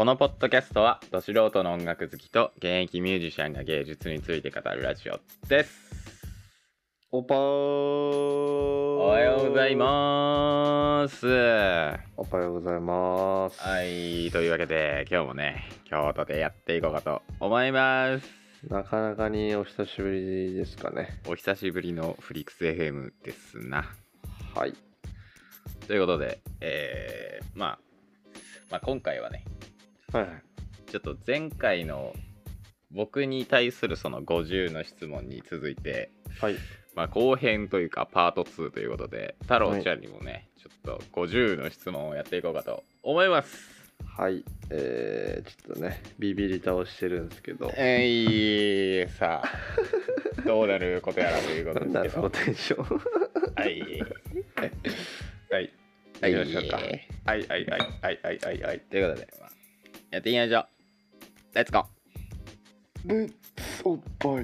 このポッドキャストはど素人の音楽好きと現役ミュージシャンが芸術について語るラジオです。 おはおはようございます。 おはようございます。 はい、というわけで今日もね京都でやっていこうかと思います。 なかなかにお久しぶりですかね。 お久しぶりのフリックス FM ですな。 はい。 ということで、まあ今回はね、 はい。 ちょっと前回の僕に対するその50の質問に続いて、 はい。 後編というかパート2ということで太郎ちゃんにもね、ちょっと50の質問をやっていこうかと思います。 はい。ちょっとねビビり倒してるんですけど。 さあどうなることやらということですけど。 なんだそのテンション。 はいはい行きましょうか。 はいということで、やっていきましょう。レッツゴー。 レッツオッバイ。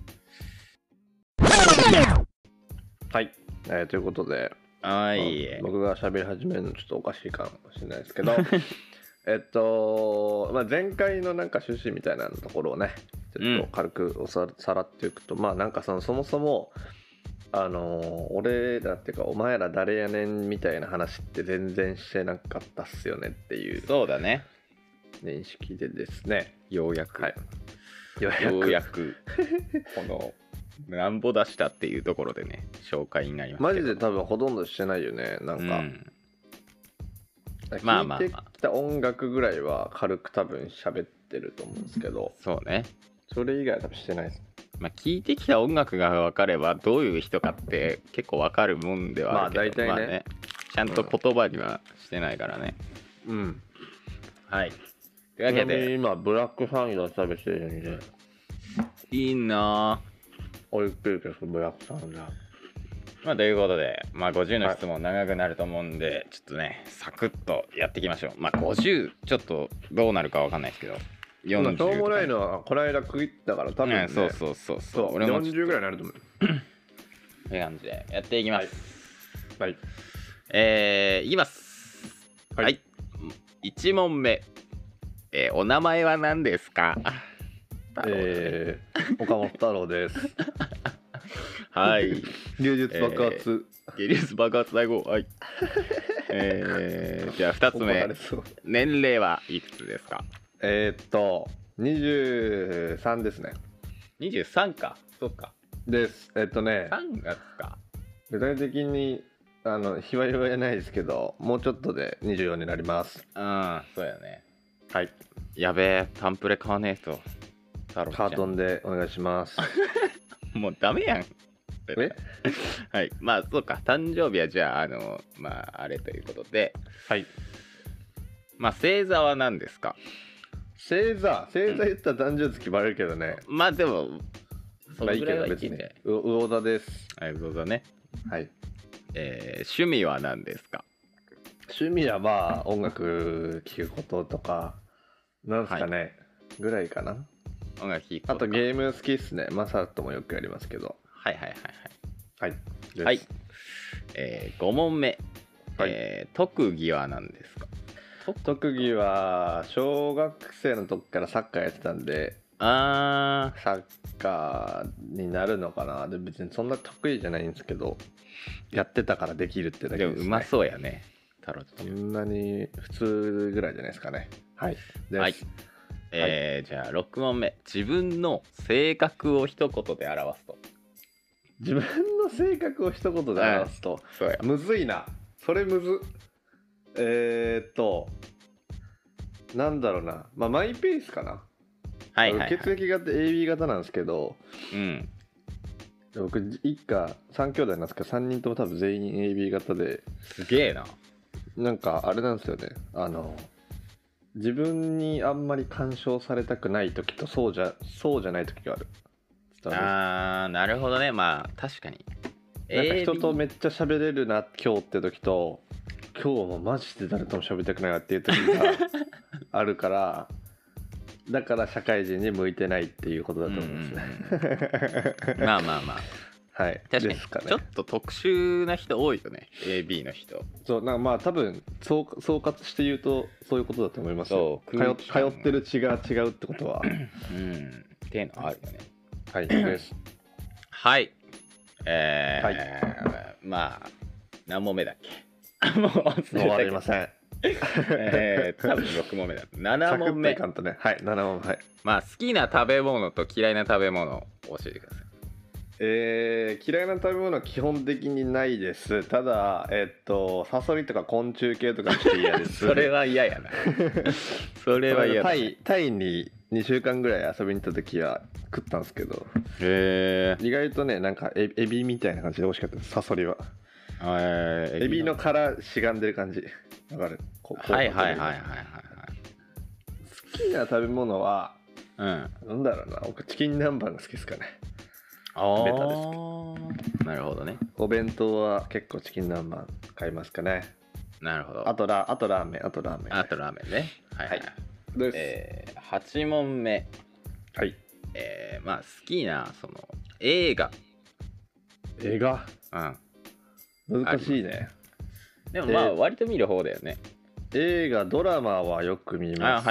はい、ということで、 はい、 僕が喋り始めるのちょっとおかしいかもしれないですけど前回のなんか趣旨みたいなところをねちょっと軽くさらっていくと、なんかそもそも俺らっていうかお前ら誰やねんみたいな話って全然してなかったっすよねっていうそうだね、 認識でですね、 ようやく、 はい、 ようやくこのなんぼ出したっていうところでね紹介になりますけど、 マジで多分ほとんどしてないよね。なんか、聞いてきた音楽ぐらいは軽く多分喋ってると思うんですけど、 そうね、 それ以外は多分してないです。 聞いてきた音楽が分かればどういう人かって結構分かるもんではあるけど、 大体ね、 ちゃんと言葉にはしてないからね。はい。というわけで今ブラックサンダー食べてるんでいいなぁ。 おゆっくりですブラックサンダー。 ということで、50の質問長くなると思うんで、ちょっとねサクッとやっていきましょう。50ちょっとどうなるか分かんないですけど、 40しょうもないのはこの間区切ったから多分ね、 そう俺も40ぐらいになると思う。 という感じでやっていきます。 はい、 いきます。はい、1問目、お名前は何ですか？ 岡本太郎です。 はい。 芸術爆発。 芸術爆発大号。はい。じゃあ2つ目。年齢はいくつですか ？23ですね。 23か。そうか。 です。 3月か。 具体的に日は言わないですけど、もうちょっとで24になります。 そうやね。 はい。 やべえ、タンプレ買わねえと。 カートンでお願いします。 もうダメやん。はい、そうか、誕生日はじゃああれということで、 はい。 星座は何ですか？ 星座言ったら誕生月バレるけどね。 でもそのぐらいはいいんで。魚座です。 はい、魚座ね。 はい。 趣味は何ですか？ 趣味は音楽聴くこととかなんすかね、ぐらいかな。 音楽聴くこと。 あとゲーム好きっすね。マサともよくやりますけど。 はい。 はい。 5問目、特技は何ですか？ 特技は小学生の時からサッカーやってたんで、サッカーになるのかな。で別にそんな得意じゃないんですけど、やってたからできるってだけですね。 でもうまそうやね、太郎ちゃん。 そんなに普通ぐらいじゃないですかね。はい。 じゃあ6問目、自分の性格を一言で表すと。 自分の性格を一言で表すと、むずいな。それむず。なんだろうな。マイペースかな。血液型 AB 型なんですけど、僕一家3兄弟なんですけど、3人とも多分全員 AB 型で。 すげえな。 なんかあれなんですよね。自分にあんまり干渉されたくない時とそうじゃない時がある。 なるほどね。確かになんか人とめっちゃ喋れるな今日って時と、今日もマジで誰とも喋りたくないなっていう時があるから、だから社会人に向いてないっていうことだと思いますね。 はい確かにですかね。 ちょっと特殊な人多いよね AB の人。 そうなんかまあ多分総括して言うとそういうことだと思いますよ。 そう通ってる血が違うってことはうんっていうのあるよね。 はいですはいはいまあ何問目だっけもう忘れたけど終わりません。 多分6問目だ7問目。 サクッといかんとね。はい7問。はい。 まあ好きな食べ物と嫌いな食べ物を教えてください。 嫌いな食べ物は基本的にないです。ただサソリとか昆虫系とかちょっと嫌ですそれは嫌やなそれは嫌だ、ね、 タイに2週間ぐらい遊びに行った時は食ったんですけど、意外とねなんかエビみたいな感じで美味しかったです。サソリはエビの殻しがんでる感じわかる。 はいはいはいはいはい。 好きな食べ物はうんなんだろうな、僕チキン南蛮が好きですかね。 ベタですなるほどね。 お弁当は結構チキン南蛮買いますかね。 なるほど。 あとラーメンあとラーメンね。はいはい、8問目。 はい。 まあ好きなその映画難しいね。 でもまあ割と見る方だよね。 映画ドラマはよく見ます。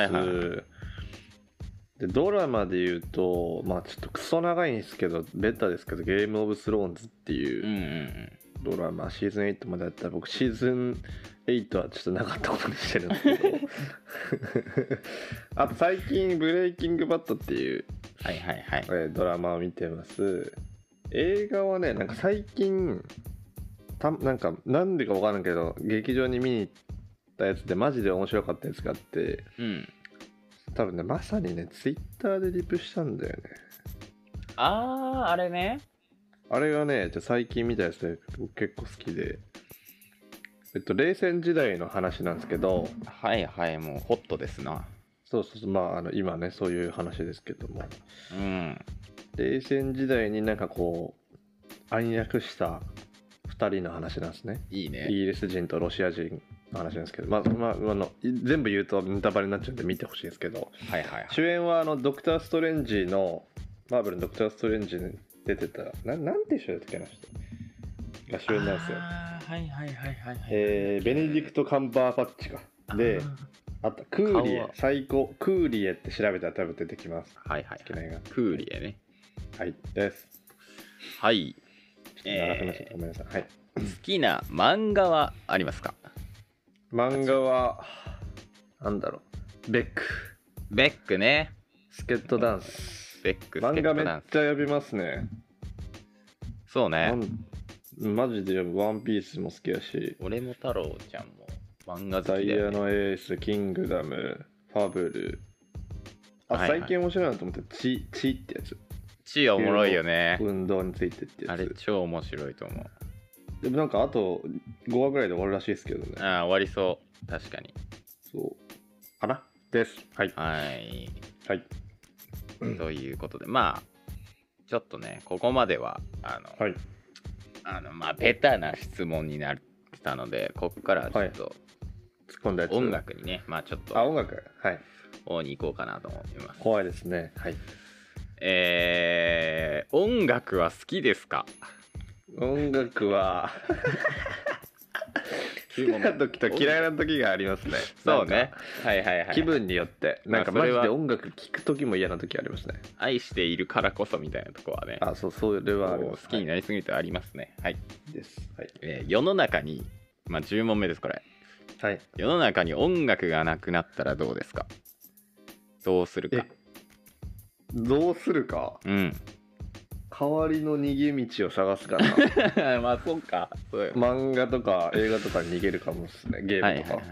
でドラマで言うとまあちょっとクソ長いんですけどベタですけどゲームオブスローンズっていうドラマ、シーズン8までやったら僕シーズン8はちょっとなかったことにしてるんですけどあと最近ブレイキングバットっていうドラマを見てます。映画はねなんか最近なんでか分からんけど劇場に見に行ったやつでマジで面白かったやつがあって、多分ねまさにねツイッターでリプしたんだよね。 あれね。 あれがね最近見たやつで僕結構好きで、冷戦時代の話なんですけど、 もうホットですな。 そうまあ今ねそういう話ですけども、冷戦時代になんかこう暗躍した2人の話なんですね。 いいね。 イギリス人とロシア人の話なんですけど、全部言うとネタバレになっちゃうんで見てほしいんですけど、主演はドクター・ストレンジのマーベルのドクター・ストレンジに出てたなんて人だったっけな人が主演なんですよ。ベネディクト・カンバーバッチかで、あとクーリエクーリエって調べたら多分出てきます。 好きな映画クーリエね。 はいです。 はい。 長くなっちゃった、ごめんなさい。はい。 好きな漫画はありますか？ 漫画はなんだろう、ベックね。スケットダンス。漫画めっちゃ読みますね。 そうね。 マジで読む。ワンピースも好きやし、 俺も太郎ちゃんも漫画好きだダイよね。 ヤのエース、キングダム、ファブル。最近面白いなと思ってチってやつ。 チおもろいよね。 運動についてってやつ。 あれ超面白いと思う。 でもなんかあと5話ぐらいで終わるらしいですけどね。 終わりそう。確かに。 そうかなです。はいということでまあちょっとねここまではまあベタな質問になったので、ここからはちょっと突っ込んだやつ、 音楽にねまあちょっと音楽方に行こうかなと思います。 怖いですね。 音楽は好きですか？ 音楽は好きな時と嫌いな時がありますね。 そうね。 気分によってなんかマジで音楽聴く時も嫌な時ありますね。 愛しているからこそみたいなとこはね。 それはあります。 好きになりすぎてありますね。 です。 世の中に10問目ですこれ。世の中に音楽がなくなったらどうですか？どうするか。代わりの逃げ道を探すかな。まあそうか。 漫画とか映画とかに逃げるかもですね。ゲームとか。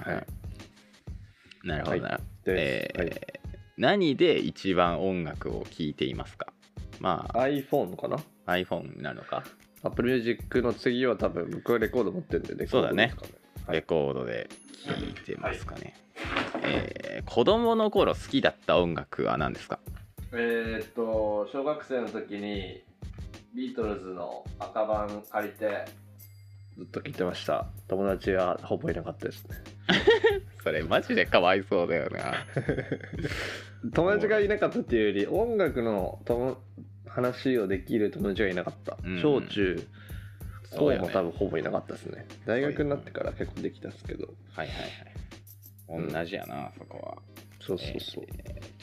なるほどな。何で一番音楽を聴いていますか？ iPhone かな。 iPhone なのか。 Apple Music の次は多分僕はレコード持ってるんでレコードですかね。 レコードで聴いてますかね。子供の頃好きだった音楽は何ですか？ 小学生の時にビートルズの赤版借りてずっと聴いてました。友達はほぼいなかったですね。 それマジでかわいそうだよな。 友達がいなかったっていうより音楽の話をできる友達がいなかった、小中高も多分ほぼいなかったですね。大学になってから結構できたっすけど。 はいはいはい、同じやな、そこは。 そうそうそう、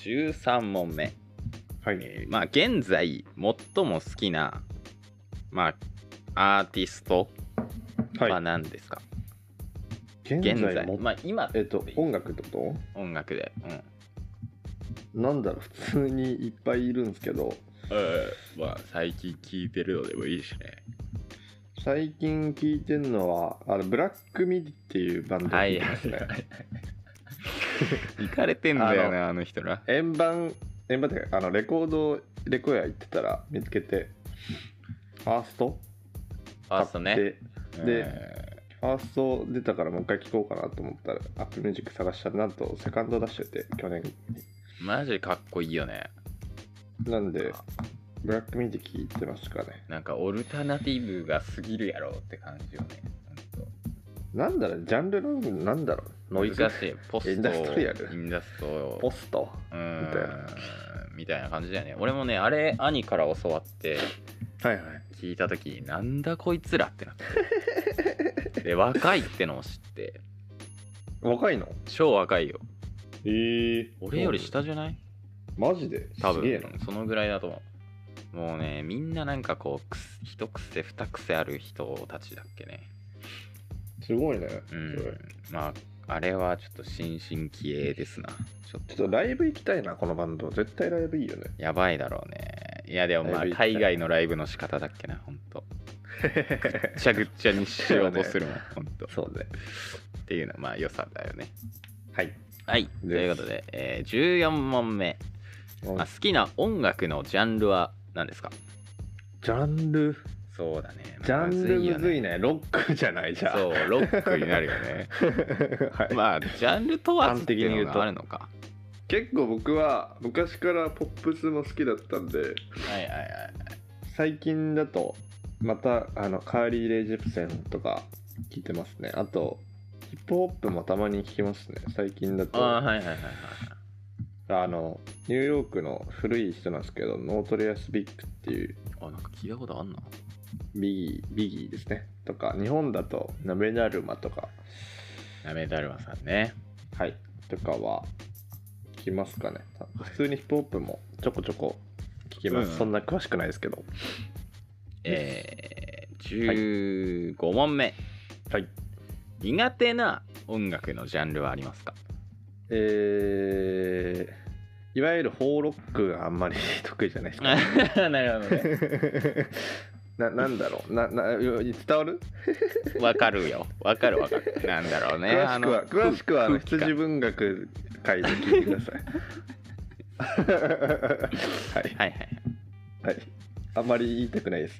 13問目。 はい、 まあ現在最も好きなまあアーティストは何ですか？現在まあ今音楽ってこと？ 音楽で、 なんだろう、普通にいっぱいいるんですけど、 まあ最近聴いてるのでもいいしね。 最近聴いてるのはブラックミディっていうバンド聴いてますね。 行かれてんだよな、あの人ら。 円盤ってレコード屋行ってたら見つけて、ファーストね。 で、ファースト出たからもう一回聴こうかなと思ったらアップルミュージック探したら、なんとセカンド出してて、去年に。 マジかっこいいよね。 なんでブラックミディ聴いてますかね。 なんかオルタナティブが過ぎるやろって感じよね。 なんだろう、ジャンルなんだろう、ノイズ、 難しい。ポスト、 インダストリアル、 ポストみたいな感じだよね。俺もね、あれ兄から教わって聞いた時に、なんだこいつらってなってで、若いってのを知って。 若いの？ 超若いよ。 俺より下じゃない？ マジで？ 多分そのぐらいだと思う。もうね、みんななんかこう一癖二癖ある人たちだっけね。 すごいね。 まああれはちょっと新進気鋭ですな。 ちょっとライブ行きたいな、このバンド。絶対ライブいいよね。 やばいだろうね。いやでもまあ海外のライブの仕方だっけな、ほんと。ぐっちゃぐっちゃにしようとするもん、ほんと。 そうね。 っていうのはまあ良さだよね。 はい。 ということで、14問目。好きな音楽のジャンルは何ですか？ ジャンル？ そうだね。 ジャンルむずいね。ロックじゃないじゃん。 そう、ロックになるよね。まあジャンル問わずっていうのがあるのか。 結構僕は昔からポップスも好きだったんで、最近だとまたカーリー・レイ・ジェプセンとか聞いてますね。あとヒップホップもたまに聞きますね。最近だとニューヨークの古い人なんですけど、ノートレアス・ビッグっていう、 なんか聞いたことあんな。 ビギーですね。とか、日本だとナメダルマとか。 ナメダルマさんね。 とかは聞きますかね。普通にヒップホップもちょこちょこ聞きます。そんな詳しくないですけど。 15問目。苦手な音楽のジャンルはありますか？ いわゆるフォーロックがあんまり得意じゃないですか。 なるほどね。 なんだろう、伝わる？ わかるよ。わかる。なんだろうね。 詳しくは羊文学会で聞いてください。はい。あんまり言いたくないです。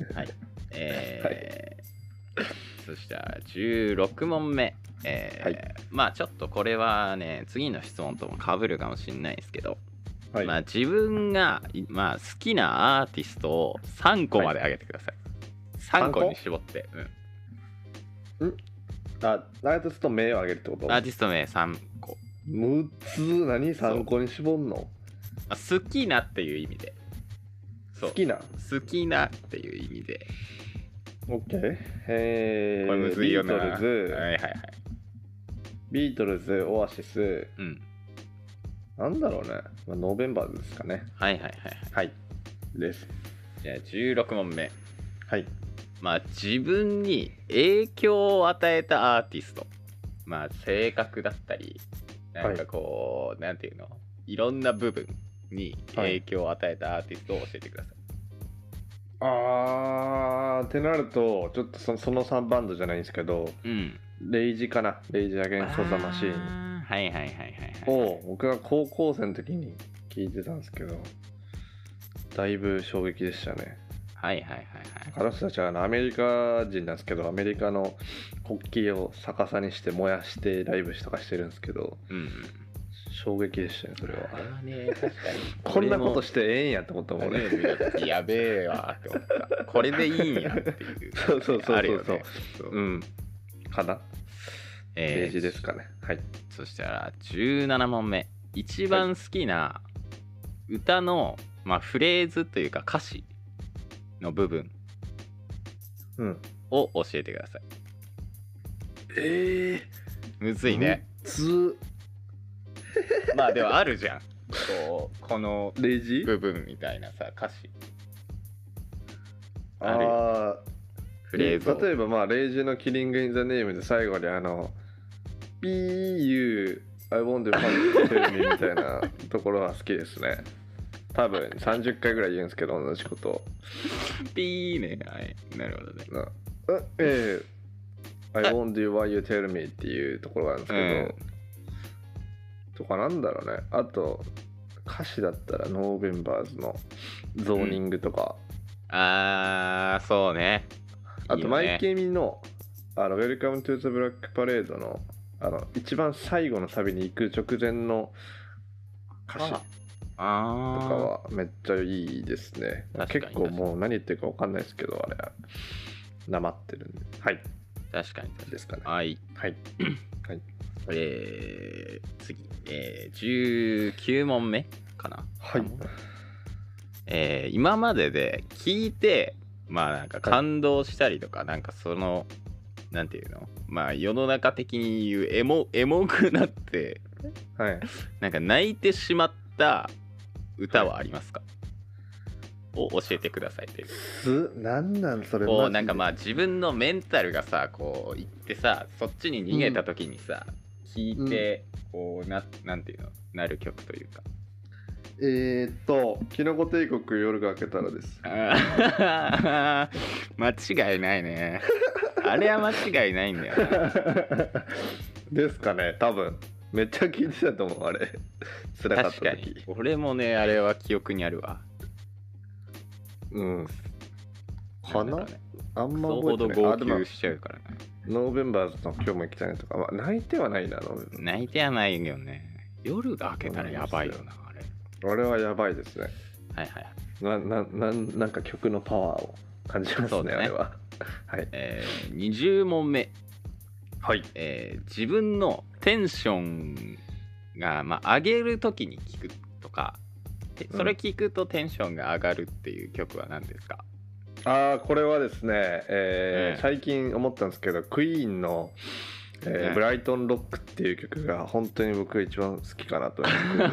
そしたら16問目。まあちょっとこれはね、次の質問とも被るかもしれないですけど、まあ自分が、好きなアーティストを3個まで挙げてください。3個に絞って。 アーティスト名を挙げるってこと？ アーティスト名3個。 6つ？何3個に絞んの？ 好きなっていう意味で。 好きなっていう意味で。 OK。これむずいよな。 ビートルズ、オアシス。なんだろうね。ノーベンバーズですかね。です。 じゃあ16問目。自分に影響を与えたアーティスト。性格だったり、なんかこう、なんていうの？いろんな部分に影響を与えたアーティストを教えてください。 ってなると、ちょっとその3バンドじゃないんですけど、レイジかな。レイジ・アゲンスト・ザ・マシーンを僕が高校生の時に聞いてたんですけど、だいぶ衝撃でしたね。彼女たちはアメリカ人なんですけど、アメリカの国旗を逆さにして燃やしてライブとかしてるんですけど、衝撃でしたね、それは。 あれはね、確かにこんなことしてええんやって思ったもん俺。 やべえわって思った。これでいいんやっていう。 そうかな。ページですかね。 そしたら17問目。一番好きな歌のまあフレーズというか歌詞の部分を教えてください。むずいね。まあでもあるじゃん、この部分みたいなさ歌詞あるよ。フレーズ例えばまあレイジのキリングインザネームで最後にPU I want to tell me みたいなところは好きですね。多分30回ぐらい言うんですけど同じことを。 ピーね。はい、なるほどね。 I want you why you tell me っていうところがあるんですけど、とかなんだろうね。あと歌詞だったらノーベンバーズのゾーニングとか、 そうね。 あとマイケミのWelcome to the Black Parade の一番最後のサビに行く直前の歌詞とかはめっちゃいいですね。結構もう何言ってるか分かんないですけど、あれなまってるんで。はい、 確かにですかね。 はいはいはい。 次、19問目かな。 はい。 今までで聞いてまあなんか感動したりとか、なんかそのなんていうの、まあ世の中的に言うエモくなって、 はい、 なんか泣いてしまった歌はありますか、を教えてくださいという。 なんそれ。 こうなんかまあ自分のメンタルがさこういってさ、そっちに逃げた時にさ、聞いてこうなんていうのなる曲というか。 キノコ帝国夜が明けたらです。 間違いないね。あれは間違いないんだよな。 ですかね、多分。めっちゃ聞いてたと思う、あれ。辛かった時。 確かに。俺もね、あれは記憶にあるわ。 かな、あんま覚えてない。 そうほど号泣しちゃうからね。 ノーベンバーズの今日も行きたいねとか、泣いてはないな。 泣いてはないよね。夜が明けたらやばいよな、あれはやばいですね。 はいはい。 なんか曲のパワーを感じますね、あれは。はい。 20問目。 はい。 自分のテンションが、上げるときに聞くとか、それ聞くとテンションが上がるっていう曲は何ですか？ これはですね、最近思ったんですけど、クイーンのブライトンロックっていう曲が本当に僕が一番好きかなと思います。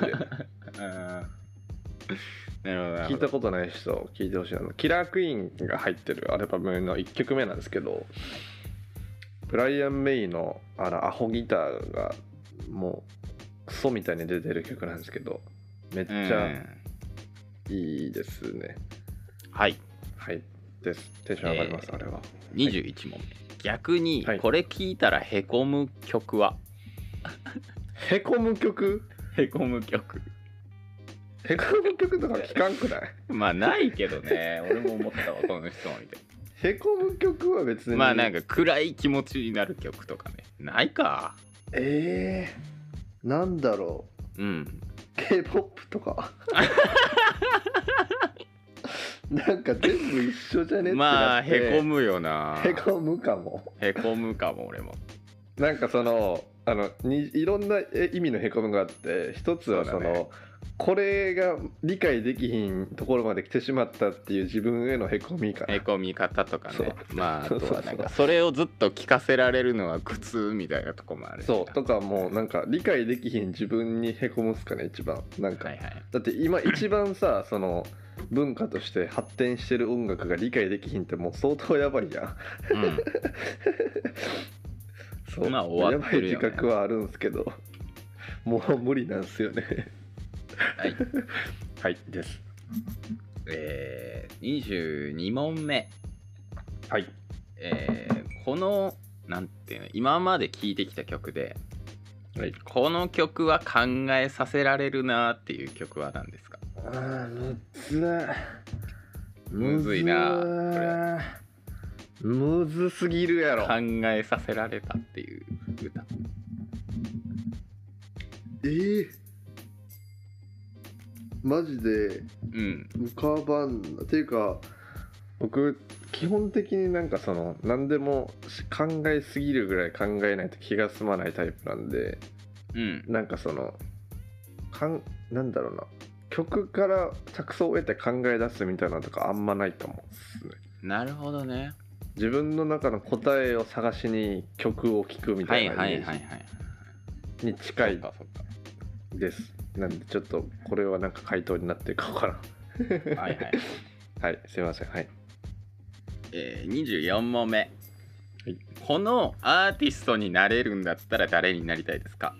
なるほど。聞いたことない人聞いてほしいな。キラークイーンが入ってるアルバムの1曲目なんですけど、ブライアン・メイのアホギターがもうクソみたいに出てる曲なんですけど、めっちゃいいですね。 はいです。テンション上がります、あれは。 21問目。逆にこれ聞いたらへこむ曲は？ へこむ曲へこむ曲とか聞かんくない？ まあないけどね。俺も思ったわ、この質問見て。 へこむ曲は別にまあなんか暗い気持ちになる曲とかね。ないか。 なんだろう。K-POP とかなんか全部一緒じゃねってなって。 まあへこむよな。 へこむかも俺も。 なんかそのいろんな意味のへこむがあって、一つはこれが理解できひんところまで来てしまったっていう自分へのへこみかな。 へこみ方とかね。まああとはなんかそれをずっと聞かせられるのは苦痛みたいなとこもあるし。 そうとかもうなんか理解できひん自分にへこむっすかね、一番。なんか、だって今一番さその文化として発展してる音楽が理解できひんってもう相当やばいやん。そう、まあ終わってるよね。やばい自覚はあるんすけど、もう無理なんすよね。はいです。 22問目。 はい。 このなんていうの、今まで聴いてきた曲で、この曲は考えさせられるなっていう曲は何ですか？むずいなこれ。 むずすぎるやろ。 考えさせられたっていう歌。 マジで浮かばんっていうか、僕基本的になんかその何でも考えすぎるぐらい考えないと気が済まないタイプなんで、なんかそのなんだろうな、 曲から着想を得て考え出すみたいなのとかあんまないと思うんですね。 なるほどね。 自分の中の答えを探しに曲を聴くみたいなイメージに近いです。なんでちょっとこれはなんか回答になっていこうかな。 はいはいはい、すいません。はい。 24問目、はい、このアーティストになれるんだったら誰になりたいですか？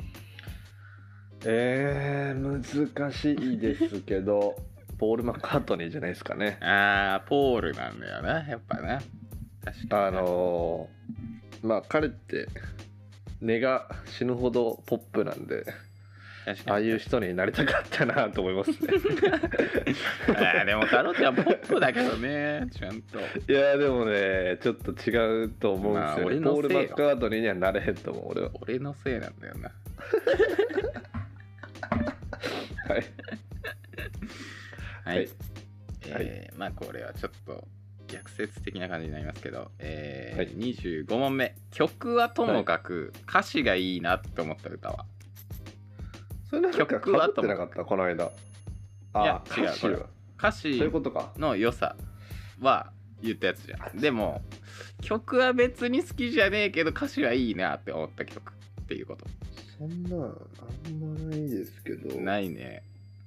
難しいですけどポール・マッカートニーじゃないですかね。 ポールなんだよな、やっぱな。確かにまあ彼って根が死ぬほどポップなんで、ああいう人になりたかったなと思いますね。 でもタロテはポップだけどね、ちゃんと。 いやでもねちょっと違うと思うんですよね。ポール・マッカートニーにはなれへんと思う。 俺のせいなんだよな。 はいはい、まあこれはちょっと逆説的な感じになりますけど、はい、25問目、曲はともかく歌詞がいいなって思った歌は？ それなんかかぶってなかったこの間。 いや違う、これ歌詞の良さは言ったやつじゃん。でも曲は別に好きじゃねえけど歌詞はいいなって思った曲っていうこと。 そんなあんまないですけど。 ないね。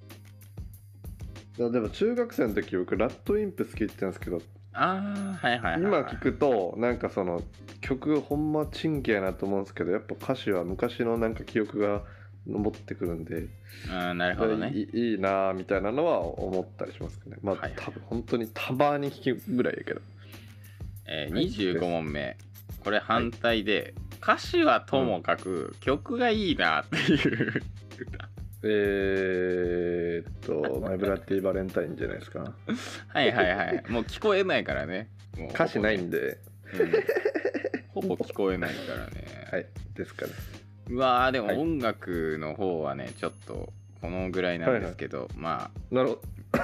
でも中学生の時僕ラッドウィンプ好きって言ったんですけど、今聞くとなんかその曲ほんまチンケやなと思うんですけど、やっぱ歌詞は昔のなんか記憶が持ってくるんで、 なるほどね、 いいなみたいなのは思ったりしますね。まあ、多分本当にたまに聞くぐらいやけど。 25問目、これ反対で、歌詞はともかく曲がいいなっていう歌。 マイブラッディバレンタインじゃないですか。 はいはいはい。もう聞こえないからね。もう歌詞ないんで、 ほぼ聞こえないからね。 はい、ですかね。 うわー、でも音楽の方はね、ちょっとこのぐらいなんですけど、まあ、 なるほ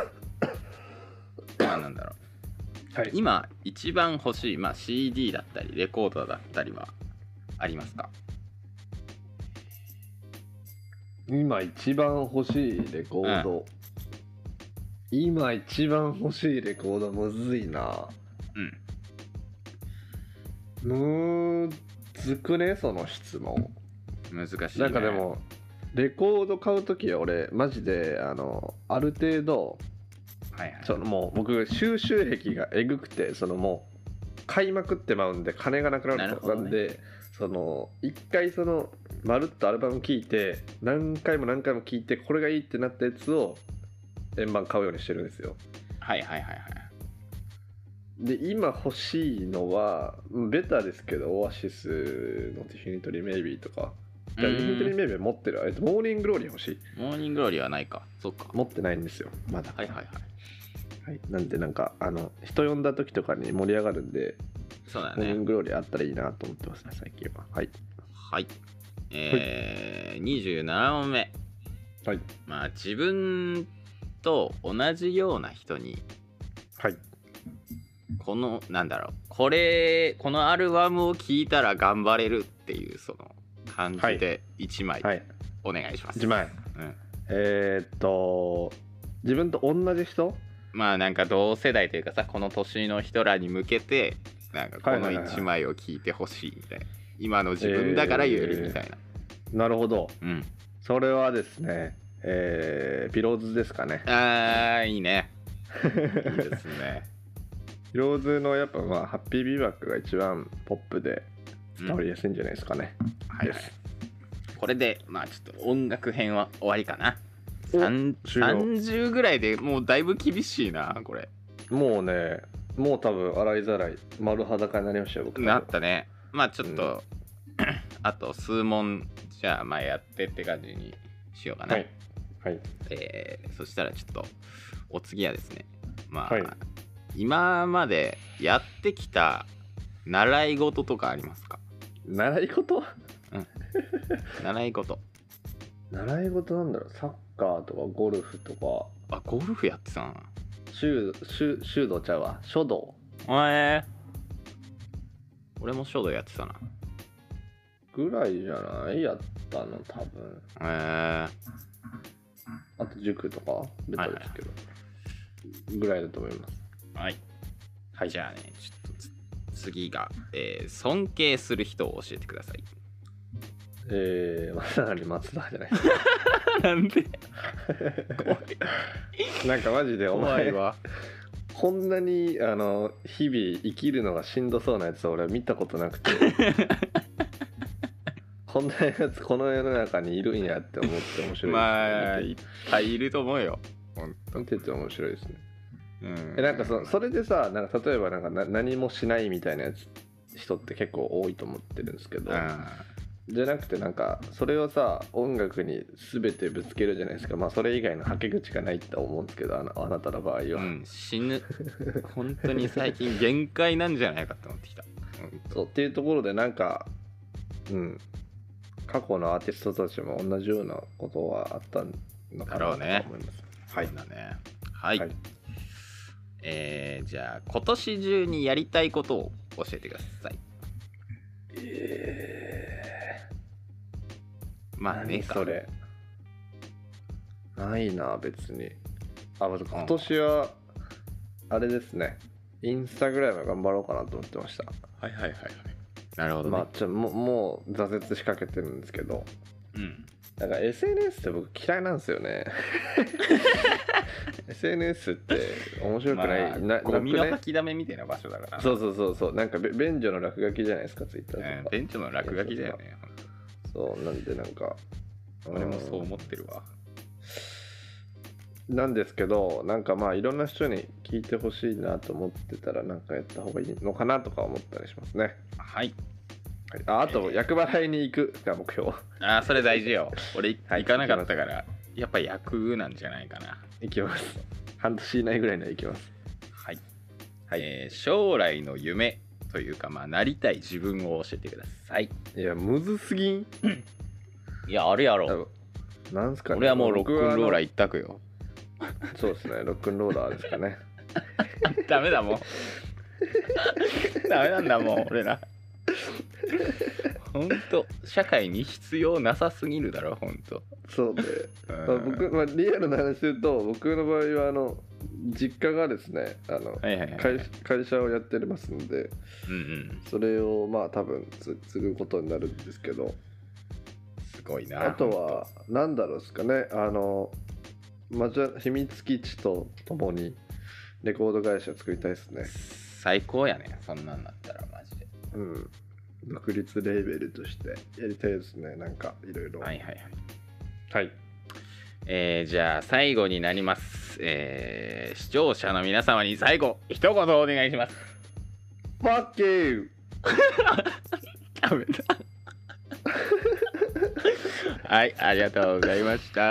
ど。まあなんだろう。はい、今一番欲しい、まあ CD だったりレコードだったりはありますか？ 今一番欲しいレコード、今一番欲しいレコードむずいな。むずくね、その質問。 難しいね。 なんかでもレコード買うときは俺マジである程度、そのもう僕収集癖がえぐくて、そのもう買いまくってまうんで金がなくなるとかなんで、その一回そのまるっとアルバム聴いて何回も何回も聴いてこれがいいってなったやつを円盤買うようにしてるんですよ。で今欲しいのはベタですけど、オアシスのディフィニトリーメイビーとか。ディフィニトリーメイビー持ってる。モーニンググローリー欲しい。 モーニンググローリーはないか。そっか。 持ってないんですよまだ。はい。なんでなんか人呼んだ時とかに盛り上がるんで、 そうだね、 モーニンググローリーあったらいいなと思ってますね最近は。はい。 27問目。はい。まあ自分と同じような人に、 はい、 このなんだろう、このアルバムを聴いたら頑張れるっていうその感じで1枚お願いします。 1枚、自分と同じ人、 まあなんか同世代というかさ、この年の人らに向けてなんかこの1枚を聴いてほしいみたいな、今の自分だから言えるみたいな。 なるほど、それはですね、ピローズですかね。 いいね。いいですね。 ピローズのやっぱまあハッピービーバックが一番ポップで伝わりやすいんじゃないですかね。 これでまあちょっと音楽編は終わりかな。30ぐらいでもうだいぶ厳しいなこれ。 もうね、もう多分洗いざらい丸裸になりましたよ僕。 なったね。まあちょっと、あと数問じゃあまあやってって感じにしようかな。そしたらちょっとお次はですね、まあ、今までやってきた習い事とかありますか？ 習い事？ 習い事。 習い事なんだろう。サッカーとかゴルフとか。 ゴルフやってたな。 修道ちゃうわ。書道。 俺も書道やってたな。 ぐらいじゃない？やったの多分。 あと塾とかベタですけど、ぐらいだと思います。 はい、じゃあね、ちょっと次が、尊敬する人を教えてください。 まさに松田じゃないですか。 なんでなんかマジでお前はこんなに日々生きるのがしんどそうなやつを俺は見たことなくてこんなやつこの世の中にいるんやって思って面白いですね。 まあいっぱいいると思うよ。 見てて面白いですね。なんかそれでさ、なんか例えばなんか何もしないみたいなやつ人って結構多いと思ってるんですけど、じゃなくてなんかそれをさ音楽に全てぶつけるじゃないですか。まあそれ以外のはけ口がないって思うんですけど、あなたの場合は、 死ぬ本当に最近限界なんじゃないかって思ってきた。 そうっていうところでなんか過去のアーティストたちも同じようなことはあったのかなと思います。 はいだね。はい、じゃあ今年中にやりたいことを教えてください。まあね、 それないな別に。今年はあれですね、インスタグラム頑張ろうかなと思ってました。 なるほどね。 まあもう挫折しかけてるんですけど、だから SNS って僕嫌いなんですよねSNS って面白くない、 ゴミの吐きだめみたいな場所だから。 そうなんか便所の落書きじゃないですか、ツイッターとか。 便所の落書きだよね。 そうなんでなんか俺もそう思ってるわ。 なんですけど、なんかまあいろんな人に聞いてほしいなと思ってたら、なんかやった方がいいのかなとか思ったりしますね。あと厄払いに行くが目標。 それ大事よ。俺行かなかったからやっぱ役なんじゃないかな。 行きます。半年以内ぐらいには行きます。 将来の夢というか、まあなりたい自分を教えてください。 いやむずすぎん。 いやあるやろ。 なんすかね。 俺はもうロックンローラー一択よ。 そうですね、ロックンローラーですかね。 ダメだもん。ダメなんだもん俺ら。ほんと社会に必要なさすぎるだろほんと。 そうで、僕、リアルな話すると、僕の場合は実家がですね会社をやってますので、それをまあ多分継ぐことになるんですけど、 すごいな。 あとは何だろうですかね、秘密基地とともにレコード会社作りたいですね。 最高やね、そんなんだったらマジで。 独立レーベルとしてやりたいですね。なんかいろいろ。 じゃあ最後になります。視聴者の皆様に最後一言お願いします。 Fuck you ダメだはい、ありがとうございました。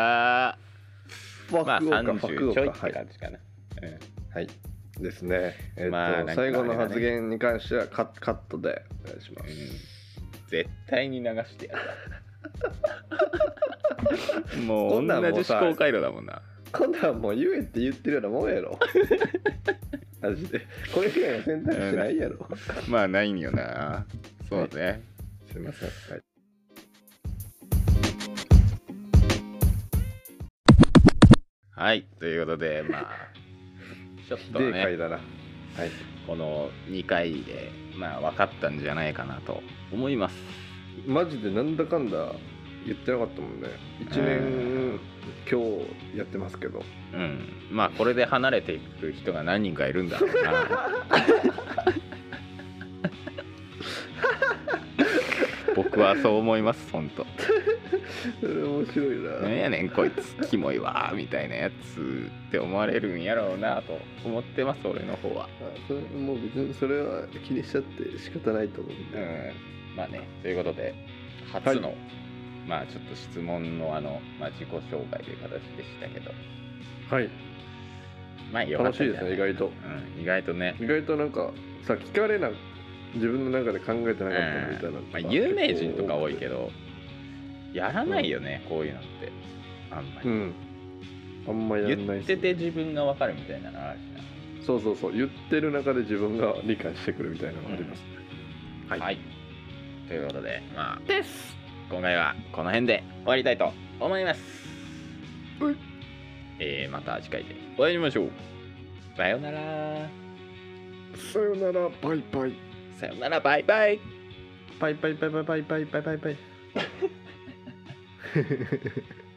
まあ30ちょいって感じかな。 ですね。最後の発言に関してはカットでお願いします。 絶対に流してやる。もう同じ思考回路だもんな。 今度はもう言えって言ってるようなもんやろ。マジでこれ以外の選択肢ないやろ。 まあないんよな。そうね。 すいません。 はい、ということでまあちょっとね、この2回でまあ分かったんじゃないかなと思います。 マジでなんだかんだ言ってなかったもんね。1年今日やってますけど、 まあこれで離れていく人が何人かいるんだろうな。僕はそう思います、ほんと。 それ面白いな。 なんやねんこいつキモいわみたいなやつって思われるんやろうなと思ってます、俺の方は。 もう別にそれは気にしちゃって仕方ないと思うんで、 まあね、ということで初の、まあちょっと質問のまあ、自己紹介という形でしたけど、まあよかったんじゃない。 楽しいですね、意外と。 意外とね。 意外となんかさ、聞かれな自分の中で考えてなかったみたいな。 まあ有名人とか多いけどやらないよね、こういうのって。あんまり。あんまやらない。言ってて自分が分かるみたいなのあるしな。 そう言ってる中で自分が理解してくるみたいなのがありますね。 はい。ということで、まあ今回はこの辺で終わりたいと思います。 また次回でお会いしましょう。さよなら。 さよなら、バイバイ。 さよなら、バイバイ。 バイバイバイバイバイバイバイバイ。